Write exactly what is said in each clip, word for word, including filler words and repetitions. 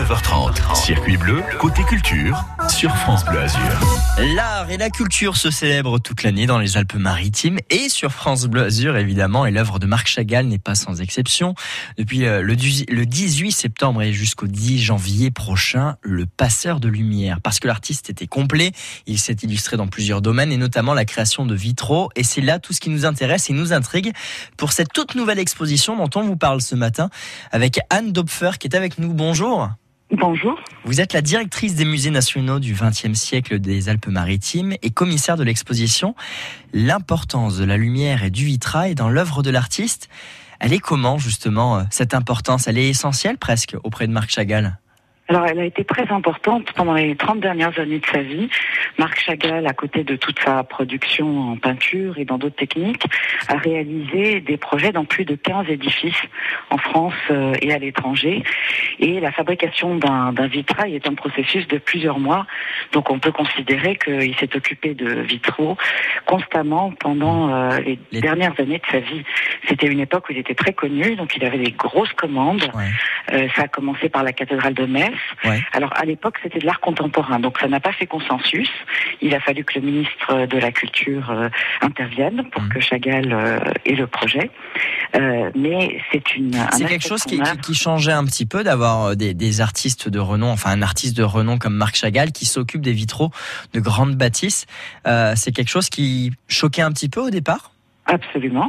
neuf heures trente. Circuit bleu, côté culture, sur France Bleu Azur. L'art et la culture se célèbrent toute l'année dans les Alpes-Maritimes et sur France Bleu Azur évidemment, et l'œuvre de Marc Chagall n'est pas sans exception. Depuis le dix-huit septembre et jusqu'au dix janvier prochain, le passeur de lumière. Parce que l'artiste était complet, il s'est illustré dans plusieurs domaines et notamment la création de vitraux. Et c'est là tout ce qui nous intéresse et nous intrigue pour cette toute nouvelle exposition dont on vous parle ce matin avec Anne Dopfer qui est avec nous. Bonjour. Bonjour. Vous êtes la directrice des musées nationaux du vingtième siècle des Alpes-Maritimes et commissaire de l'exposition. L'importance de la lumière et du vitrail dans l'œuvre de l'artiste, elle est comment justement cette importance? Elle est essentielle presque auprès de Marc Chagall. Alors, elle a été très importante pendant les trente dernières années de sa vie. Marc Chagall, à côté de toute sa production en peinture et dans d'autres techniques, a réalisé des projets dans plus de quinze édifices en France et à l'étranger. Et la fabrication d'un, d'un vitrail est un processus de plusieurs mois. Donc, on peut considérer qu'il s'est occupé de vitraux constamment pendant euh, les, les dernières années de sa vie. C'était une époque où il était très connu, donc il avait des grosses commandes. Ouais. Euh, ça a commencé par la cathédrale de Metz. Ouais. Alors à l'époque c'était de l'art contemporain, donc ça n'a pas fait consensus. Il a fallu que le ministre de la Culture euh, intervienne pour mmh. que Chagall euh, ait le projet. Euh, mais c'est une. C'est quelque chose qui, qui, qui changeait un petit peu d'avoir des, des artistes de renom, enfin un artiste de renom comme Marc Chagall qui s'occupe des vitraux de grandes bâtisses. Euh, c'est quelque chose qui choquait un petit peu au départ. Absolument,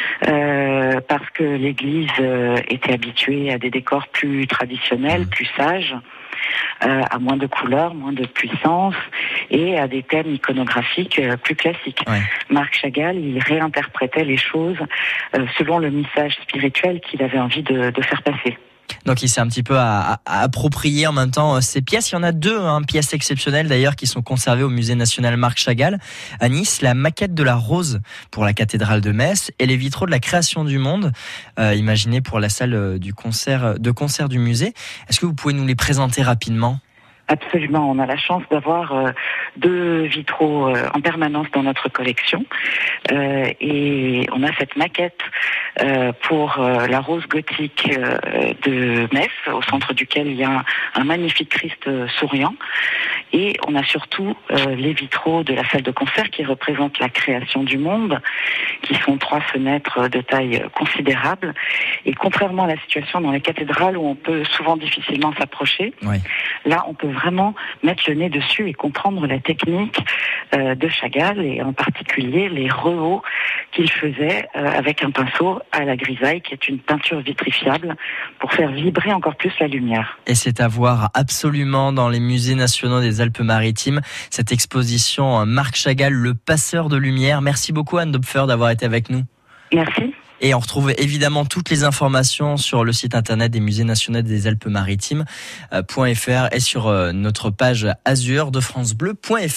euh, parce que l'Église euh, était habituée à des décors plus traditionnels, mmh. plus sages, euh, à moins de couleurs, moins de puissance et à des thèmes iconographiques euh, plus classiques. Ouais. Marc Chagall, il réinterprétait les choses euh, selon le message spirituel qu'il avait envie de, de faire passer. Donc il s'est un petit peu à, à, à approprier en même temps ces pièces. Il y en a deux, hein, pièces exceptionnelles d'ailleurs qui sont conservées au musée national Marc Chagall à Nice. La maquette de la rose pour la cathédrale de Metz et les vitraux de la création du monde, euh, imaginés pour la salle du concert, de concert du musée. Est-ce que vous pouvez nous les présenter rapidement ? Absolument, on a la chance d'avoir euh, deux vitraux euh, en permanence dans notre collection euh, et on a cette maquette euh, pour euh, la rose gothique euh, de Metz, au centre duquel il y a un, un magnifique Christ euh, souriant, et on a surtout euh, les vitraux de la salle de concert qui représentent la création du monde, qui sont trois fenêtres de taille considérable, et contrairement à la situation dans les cathédrales où on peut souvent difficilement s'approcher, oui. Là on peut vraiment mettre le nez dessus et comprendre la technique euh, de Chagall et en particulier les rehauts qu'il faisait euh, avec un pinceau à la grisaille qui est une peinture vitrifiable pour faire vibrer encore plus la lumière. Et c'est à voir absolument dans les musées nationaux des Alpes-Maritimes, cette exposition Marc Chagall, le passeur de lumière. Merci beaucoup Anne Dopfer d'avoir été avec nous. Merci. Et on retrouve évidemment toutes les informations sur le site internet des musées nationaux des Alpes-Maritimes point F R et sur notre page azur de francebleu point F R.